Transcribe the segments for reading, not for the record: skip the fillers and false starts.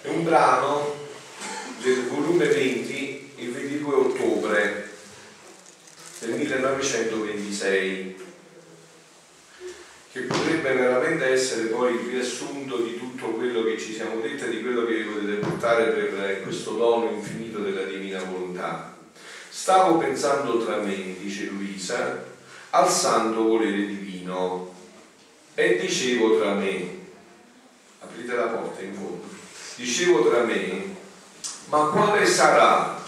È un brano del volume 20, il 22 ottobre del 1926, che potrebbe veramente essere poi il riassunto di tutto quello che ci siamo detti e di quello che vi potete portare per questo dono infinito della Divina Volontà. Stavo pensando tra me, dice Luisa, al santo volere divino e dicevo tra me, aprite la porta in fondo, dicevo tra me, ma quale sarà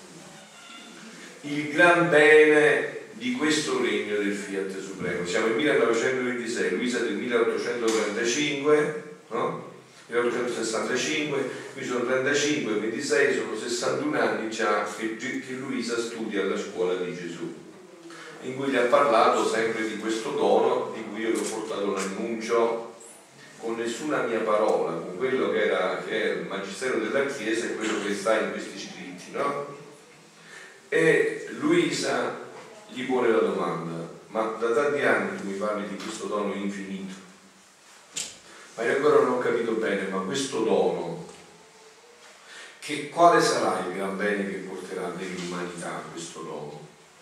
il gran bene di questo regno del Fiat Supremo? Siamo nel 1926, Luisa del 1835, no? 1865, qui sono 35, 26, sono 61 anni già che Luisa studia alla scuola di Gesù, in cui gli ha parlato sempre di questo dono, di cui io vi ho portato l'annuncio con nessuna mia parola, con quello che è il magistero della Chiesa e quello che sta in questi scritti, no? E Luisa gli pone la domanda: ma da tanti anni tu mi parli di questo dono infinito, ma io ancora non ho capito bene, ma questo dono, quale sarà il gran bene che porterà nell'umanità questo dono?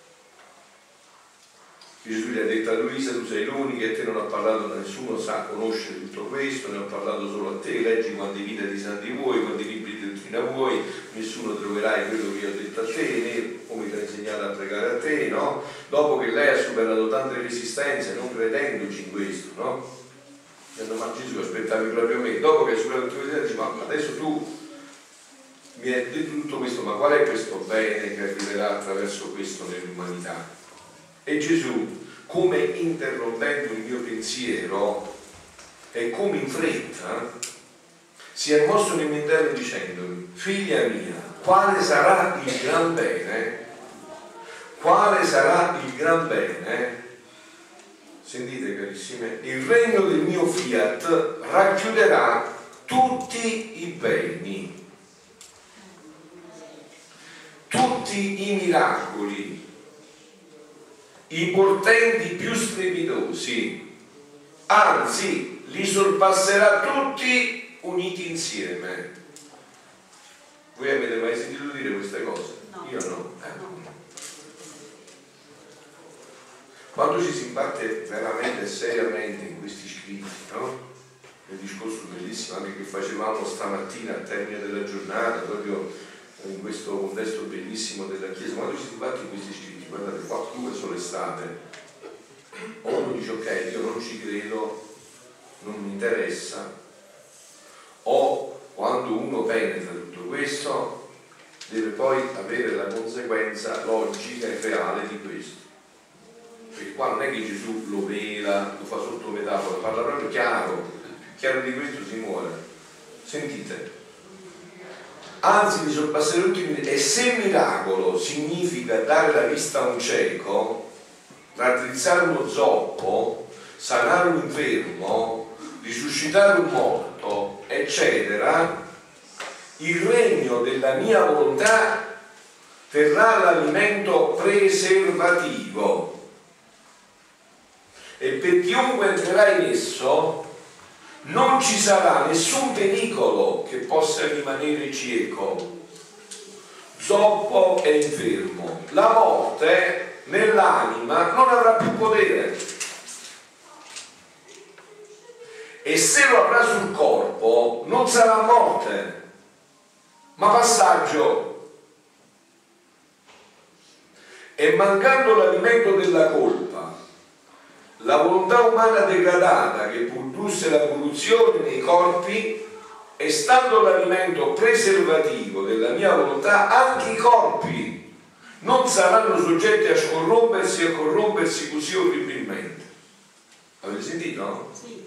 Gesù gli ha detto a Luisa: tu sei l'unica, e te non ha parlato da nessuno, conosce tutto questo, ne ho parlato solo a te, leggi quante vite di santi vuoi, quanti libri di dottrina vuoi, nessuno troverai quello che io ho detto a te, né come ti ho insegnato a pregare a te, no? Dopo che lei ha superato tante resistenze, non credendoci in questo, no? Dicendo: ma Gesù, aspettavi proprio me? Dopo che hai superato tutte le resistenze, ma adesso tu mi hai detto tutto questo, ma qual è questo bene che arriverà attraverso questo nell'umanità? E Gesù, come interrompendo il mio pensiero e come in fretta, si è mosso nel mio interno dicendomi: figlia mia, quale sarà il gran bene? Quale sarà il gran bene? Sentite carissime, il regno del mio Fiat racchiuderà tutti i beni, tutti i miracoli, i portenti più strepitosi, anzi li sorpasserà tutti uniti insieme. Voi avete mai sentito dire queste cose? No. Io no. Quando ci si imbatte veramente seriamente in questi scritti, no? Nel discorso bellissimo anche che facevamo stamattina al termine della giornata, proprio in questo contesto bellissimo della Chiesa, quando ci si imbatte in questi scritti, guardate qua, due sono estate, o uno dice: ok, io non ci credo, non mi interessa, o quando uno penetra tutto questo deve poi avere la conseguenza logica e reale di questo, perché qua non è che Gesù lo vela, lo fa sotto metafora, parla proprio chiaro di questo si muore. Sentite, anzi li sorpasserò tutti, e se miracolo significa dare la vista a un cieco, raddrizzare uno zoppo, sanare un infermo, risuscitare un morto, eccetera, il regno della mia volontà terrà l'alimento preservativo, e per chiunque entrerà in esso non ci sarà nessun pericolo che possa rimanere cieco, zoppo e infermo. La morte nell'anima non avrà più potere, e se lo avrà sul corpo non sarà morte ma passaggio. E mancando l'alimento della colpa, la volontà umana degradata che produsse la corruzione nei corpi, e stando l'alimento preservativo della mia volontà, anche i corpi non saranno soggetti a corrompersi e a corrompersi così orribilmente. Avete sentito? Sì.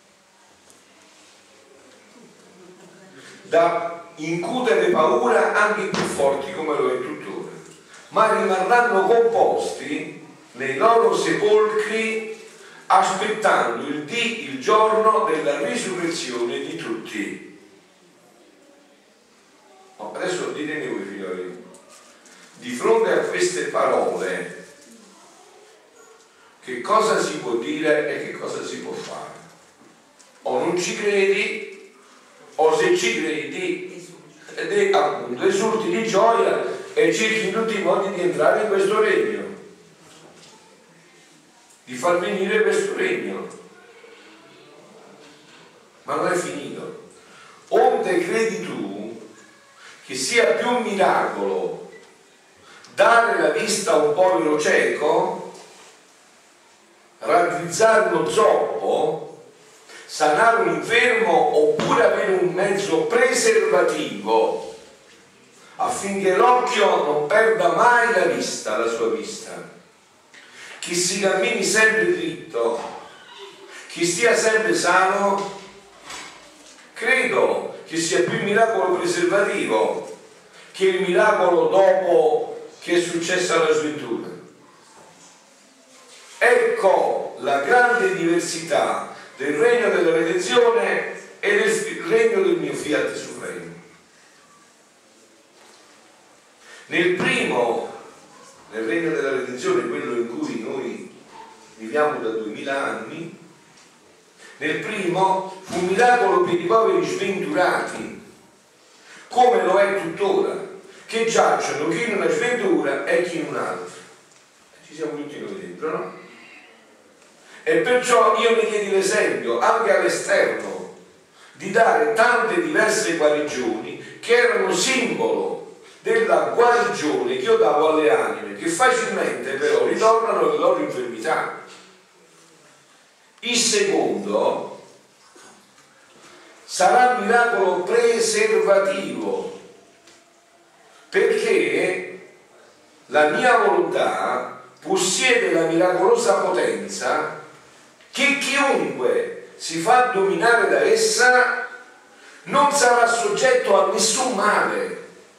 Da incutere paura anche i più forti come lo è tuttora, ma rimarranno composti nei loro sepolcri aspettando il giorno della risurrezione di tutti. Adesso ditemi voi, figlioli, di fronte a queste parole che cosa si può dire e che cosa si può fare? O non ci credi o se ci credi, appunto, esulti di gioia e cerchi in tutti i modi di entrare in questo regno, di far venire questo regno. Ma non è finito. Onde credi tu che sia più un miracolo dare la vista a un povero cieco, raddrizzare uno zoppo, sanare un infermo, oppure avere un mezzo preservativo affinché l'occhio non perda mai la vista, la sua vista, che si cammini sempre dritto, che stia sempre sano. Credo che sia più il miracolo preservativo che il miracolo dopo che è successa la sventura. Ecco la grande diversità del regno della redenzione e del regno del mio Fiat Supremo. Nel regno della redenzione, quello in cui noi viviamo da 2000 anni, nel primo fu un miracolo per i poveri sventurati, come lo è tuttora, che giacciono chi in una sventura e chi in un'altra. Ci siamo tutti noi dentro, no? E perciò io mi diedi l'esempio anche all'esterno di dare tante diverse guarigioni che erano simbolo della guarigione che io davo alle anime, che facilmente però ritornano alle loro infermità. Il secondo sarà un miracolo preservativo, perché la mia volontà possiede la miracolosa potenza che chiunque si fa dominare da essa non sarà soggetto a nessun male.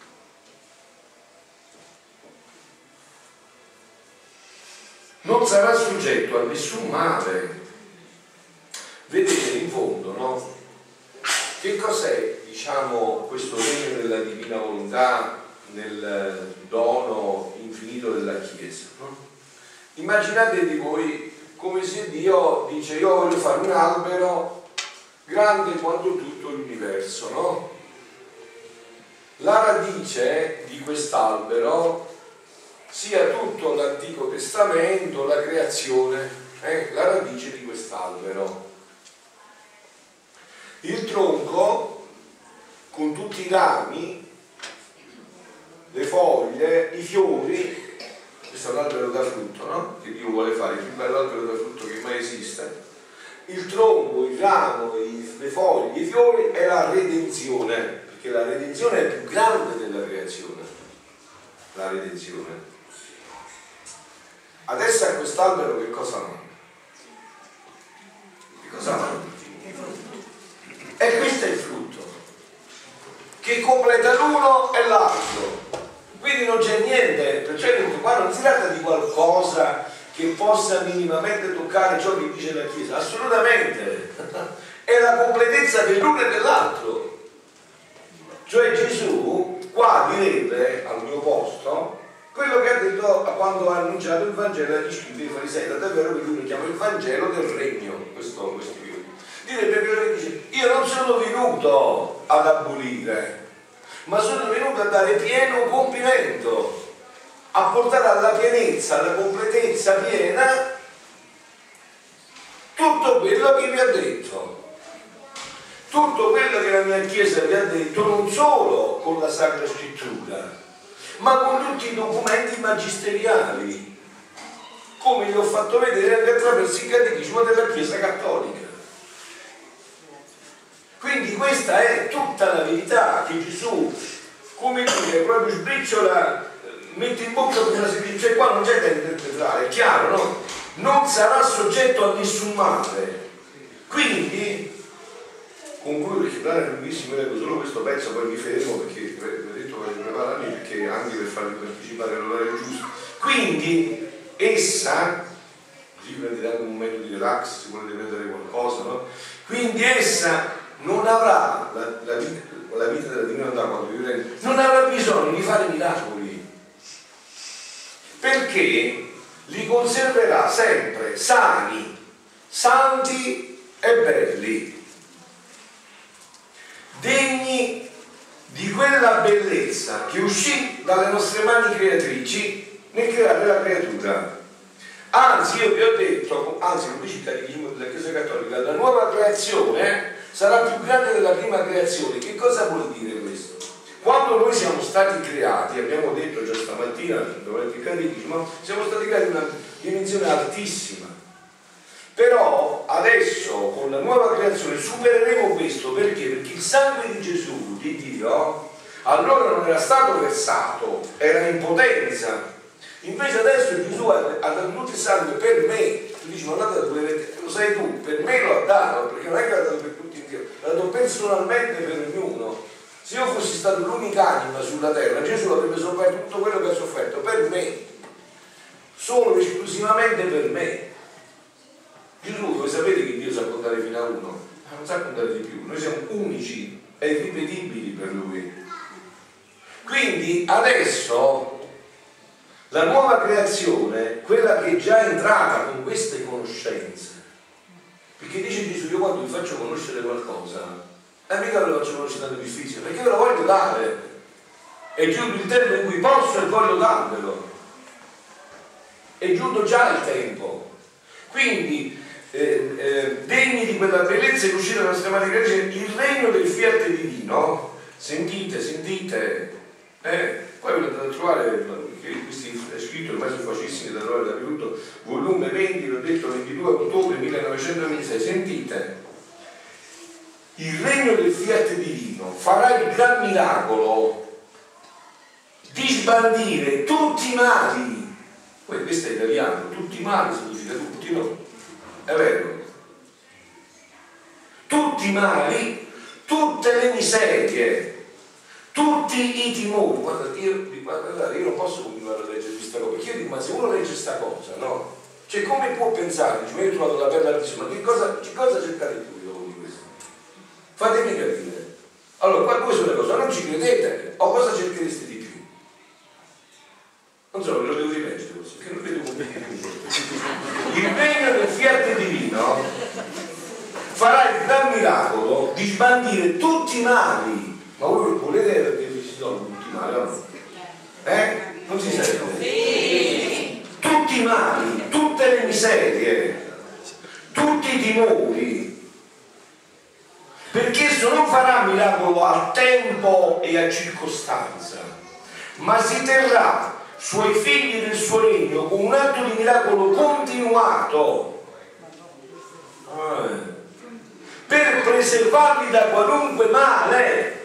Non sarà soggetto a nessun male. Vedete in fondo, no? Che cos'è, diciamo, questo regno della divina volontà nel dono infinito della Chiesa, no? Immaginate di voi come se Dio dice: io voglio fare un albero grande quanto tutto l'universo, no? La radice di quest'albero sia tutto l'Antico Testamento, la creazione, la radice di quest'albero. Il tronco con tutti i rami, le foglie, i fiori. Questo è un albero da frutto, no? Che Dio vuole fare, il più bello albero da frutto che mai esiste. Il tronco, il ramo, le foglie, i fiori è la redenzione, perché la redenzione è più grande della creazione. La redenzione. Adesso a quest'albero che cosa manca? Che cosa manca? E questo è il frutto che completa l'uno e l'altro. Quindi non c'è niente, perciò qua non si tratta di qualcosa che possa minimamente toccare ciò che dice la Chiesa, assolutamente. È la completezza dell'uno e dell'altro. Cioè Gesù qua direbbe al mio posto quello che ha detto quando ha annunciato il Vangelo agli scribi e ai farisei, davvero che lui lo chiama il Vangelo del Regno, questo direbbe che dice: io non sono venuto ad abolire, ma sono venuto a dare pieno compimento, a portare alla pienezza, alla completezza piena tutto quello che vi ha detto, tutto quello che la mia Chiesa vi ha detto, non solo con la Sacra Scrittura, ma con tutti i documenti magisteriali, come vi ho fatto vedere anche attraverso il Catechismo della Chiesa Cattolica. Quindi questa è tutta la verità che Gesù, come dire, proprio sbriciola, mette in bocca per una semplice, cioè qua non c'è da interpretare, è chiaro, no? Non sarà soggetto a nessun male. Quindi, concludo perché il brano è lunghissimo, leggo solo questo pezzo, poi mi fermo perché vi ho detto voglio prepararmi, perché anche per farvi partecipare all'orario giusto. Quindi, essa, così prendete anche un momento di relax, se volete prendere qualcosa, no? Quindi essa non avrà la vita della divinità quando vivrà, non avrà bisogno di fare miracoli, perché li conserverà sempre sani, santi e belli. quella bellezza che uscì dalle nostre mani creatrici nel creare la creatura. Anzi, io vi ho detto, anzi, come dice il Catechismo della Chiesa Cattolica, la nuova creazione sarà più grande della prima creazione. Che cosa vuol dire questo? Quando noi siamo stati creati, abbiamo detto già stamattina, durante il Catechismo, siamo stati creati in una dimensione altissima. Però adesso con la nuova creazione supereremo questo, perché? Perché il sangue di Gesù, di Dio, allora non era stato versato, era in potenza. Invece adesso Gesù ha dato tutto il sangue per me. Tu dici, ma lo sai tu, per me lo ha dato, perché non è che l'ha dato per tutti in Dio, l'ha dato personalmente per ognuno. Se io fossi stato l'unica anima sulla terra, Gesù avrebbe sofferto tutto quello che ha sofferto per me, solo esclusivamente per me. Gesù, voi sapete che Dio sa contare fino a 1, ma non sa contare di più. Noi siamo unici e irripetibili per Lui. Quindi adesso la nuova creazione, quella che è già entrata con queste conoscenze, perché dice Gesù, io quando vi faccio conoscere qualcosa, mica ve lo faccio conoscere tanto difficile, perché ve lo voglio dare. È giunto il tempo in cui posso e voglio darvelo. È giunto già il tempo. Quindi degni di quella bellezza che uscita dalla nostra mani creatrice, il regno del fiat divino, sentite, poi ve lo andate a trovare, perché questi è scritto, ormai sono facilissimi da trovare dappertutto, volume 20, l'ho detto 22 ottobre 1926, sentite, il regno del fiat divino farà il gran miracolo di sbandire tutti i mali. Poi questo è italiano, tutti i mali significa tutti, no? È vero? Tutti i mali, tutte le miserie, tutti i timori. Guarda, io non posso continuare a leggere questa cosa, perché io dico, ma se uno legge questa cosa, no? Cioè, come può pensare? Dice, ma io ho trovato la perla altissima, ma che cosa cercate tu dopo di questo? Fatemi capire. Allora, qua due sono le cose, non ci credete, o cosa cerchereste di più? Non so, ve lo devo rileggere così, che non vedo come. Il regno del fiat divino farà il gran miracolo di sbandire tutti i mali. Ma voi volete che vi si tolgono tutti i mali, no? Non si sente? Sì. Tutti i mali, tutte le miserie, tutti i timori. Perché esso non farà miracolo a tempo e a circostanza, ma si terrà suoi figli del suo regno con un atto di miracolo continuato, per preservarli da qualunque male,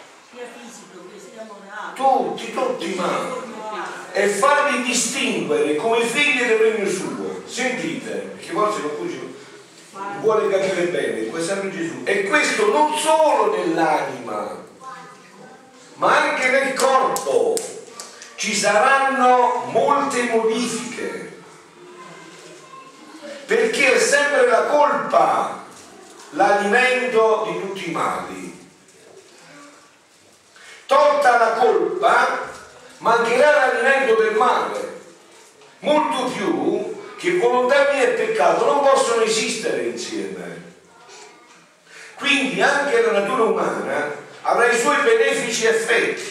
tutti i mali, e farli distinguere come figli del regno suo. Sentite, perché forse qualcuno vuole capire bene, questo è sempre Gesù, e questo non solo nell'anima ma anche nel corpo. Ci saranno molte modifiche, perché è sempre la colpa l'alimento di tutti i mali. Tolta la colpa mancherà l'alimento del male, molto più che volontà mia e peccato non possono esistere insieme. Quindi anche la natura umana avrà i suoi benefici effetti.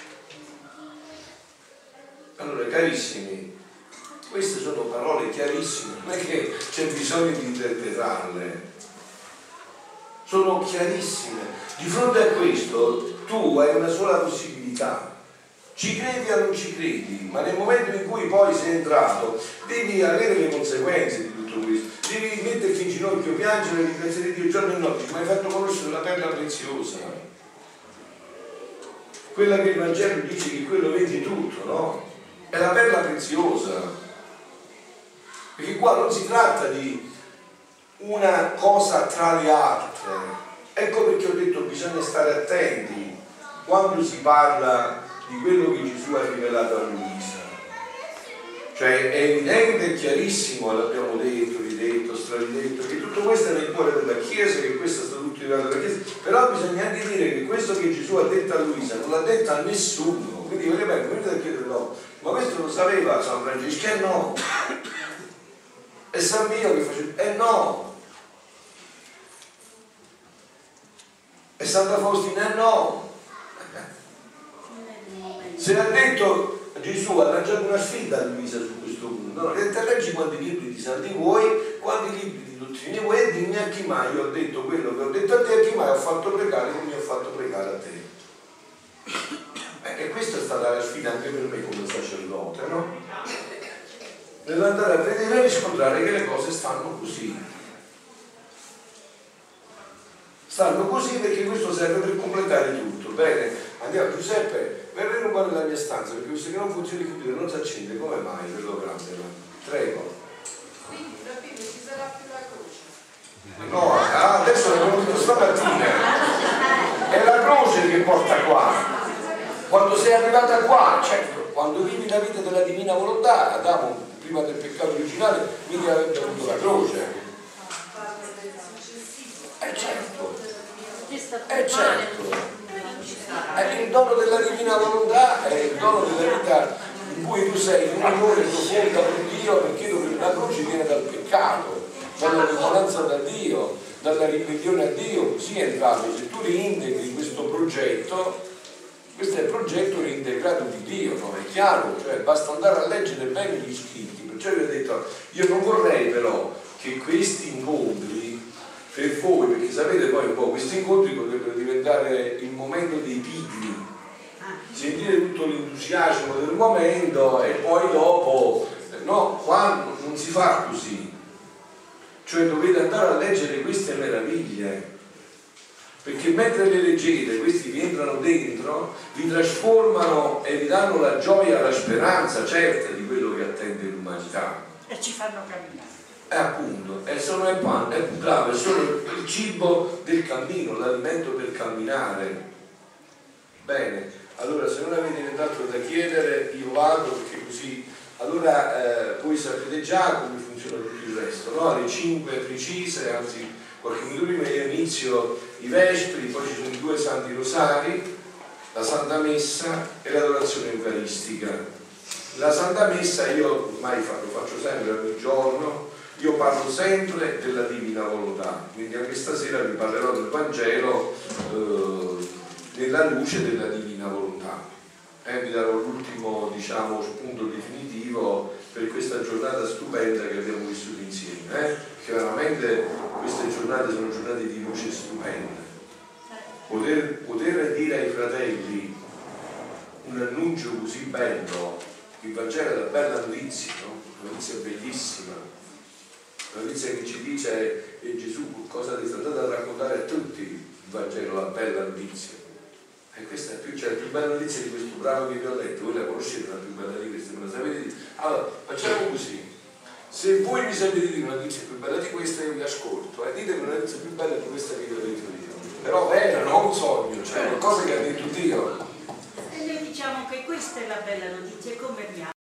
Allora, carissimi, queste sono parole chiarissime, non è che c'è bisogno di interpretarle, sono chiarissime. Di fronte a questo tu hai una sola possibilità: ci credi o non ci credi, ma nel momento in cui poi sei entrato devi avere le conseguenze di tutto questo, devi metterti in ginocchio, piangere e ringraziare Dio giorno e notte, ma hai fatto conoscere una perla preziosa, quella che il Vangelo dice che quello vedi tutto, no? È la perla preziosa, perché qua non si tratta di una cosa tra le altre. Ecco perché ho detto bisogna stare attenti quando si parla di quello che Gesù ha rivelato a Luisa. Cioè è evidente e chiarissimo, l'abbiamo detto, ridetto, straridetto, che tutto questo è nel cuore della Chiesa, che questo è stato tutto rivelato alla Chiesa, però bisogna anche dire che questo che Gesù ha detto a Luisa non l'ha detto a nessuno. Quindi venite a chiedere no, ma questo lo sapeva San Francesco? No. E San Pio che faceva? No. E Santa Faustina? No. Se ha detto Gesù, ha lanciato una sfida a Luisa su questo punto, no? E te leggi quanti libri di santi vuoi, quanti libri di dottrine vuoi, e dimmi a chi mai io ho detto quello che ho detto a te, a chi mai ho fatto pregare come mi ho fatto pregare a te. E questa è stata la sfida anche per me come sacerdote, no? Nell'andare a vedere e riscontrare che le cose stanno così. Stanno così perché questo serve per completare tutto. Bene, andiamo. Giuseppe, verrai a rubare la mia stanza perché se non funziona il computer non si accende. Come mai? Quello grande, prego. Quindi tra fine ci sarà più la croce. No, adesso l'abbiamo detto stamattina. È la croce che porta qua. Quando sei arrivata qua, certo, quando vivi la vita della divina volontà, Adamo prima del peccato originale, quindi avrebbe avuto la croce. Certo. Certo. Il dono della divina volontà è il dono della vita in cui tu sei in un amore profondo con Dio, perché la croce viene dal peccato, dalla lontananza da Dio, dalla ribellione a Dio, così è entrato. Se tu reintegri questo progetto, questo è il progetto reintegrato di Dio, no? È chiaro, cioè basta andare a leggere bene gli scritti. Perciò vi ho detto, io non vorrei però che questi incontri per voi, perché sapete poi un po', questi incontri potrebbero diventare il momento dei pigri, sentire tutto l'entusiasmo del momento e poi dopo, no, qua non si fa così, cioè dovete andare a leggere queste meraviglie, perché mentre le leggete questi vi entrano dentro, vi trasformano e vi danno la gioia, la speranza certa di quello che attende l'umanità. E ci fanno camminare. Appunto, sono il pane, bravo, sono il cibo del cammino, l'alimento per camminare. Bene, allora se non avete nient'altro da chiedere io vado, perché così allora voi sapete già come funziona tutto il resto, no? Alle 5 precise, anzi qualche minuto prima io inizio i vespri, poi ci sono i 2 santi rosari, la Santa Messa e l'adorazione eucaristica. La Santa Messa io ormai lo faccio sempre ogni giorno. Io parlo sempre della divina volontà, quindi anche stasera vi parlerò del Vangelo nella luce della divina volontà. Vi darò l'ultimo, diciamo, spunto definitivo per questa giornata stupenda che abbiamo vissuto insieme, che veramente queste giornate sono giornate di luce stupende. Poter dire ai fratelli un annuncio così bello, il Vangelo è una bella notizia, no? Una notizia bellissima. La notizia che ci dice Gesù cosa ti sta andando a raccontare a tutti il Vangelo, la bella notizia. E questa è la più bella notizia di questo brano che vi ho letto. Voi la conoscete la più bella di questa, me la sapete dire? Allora, facciamo così. Se voi mi sapete dire una notizia più bella di questa, io vi ascolto. Ditemi una notizia più bella di questa che vi ho detto io. Però vera, non un sogno, cioè qualcosa che ha detto Dio. E noi diciamo che questa è la bella notizia, come abbiamo.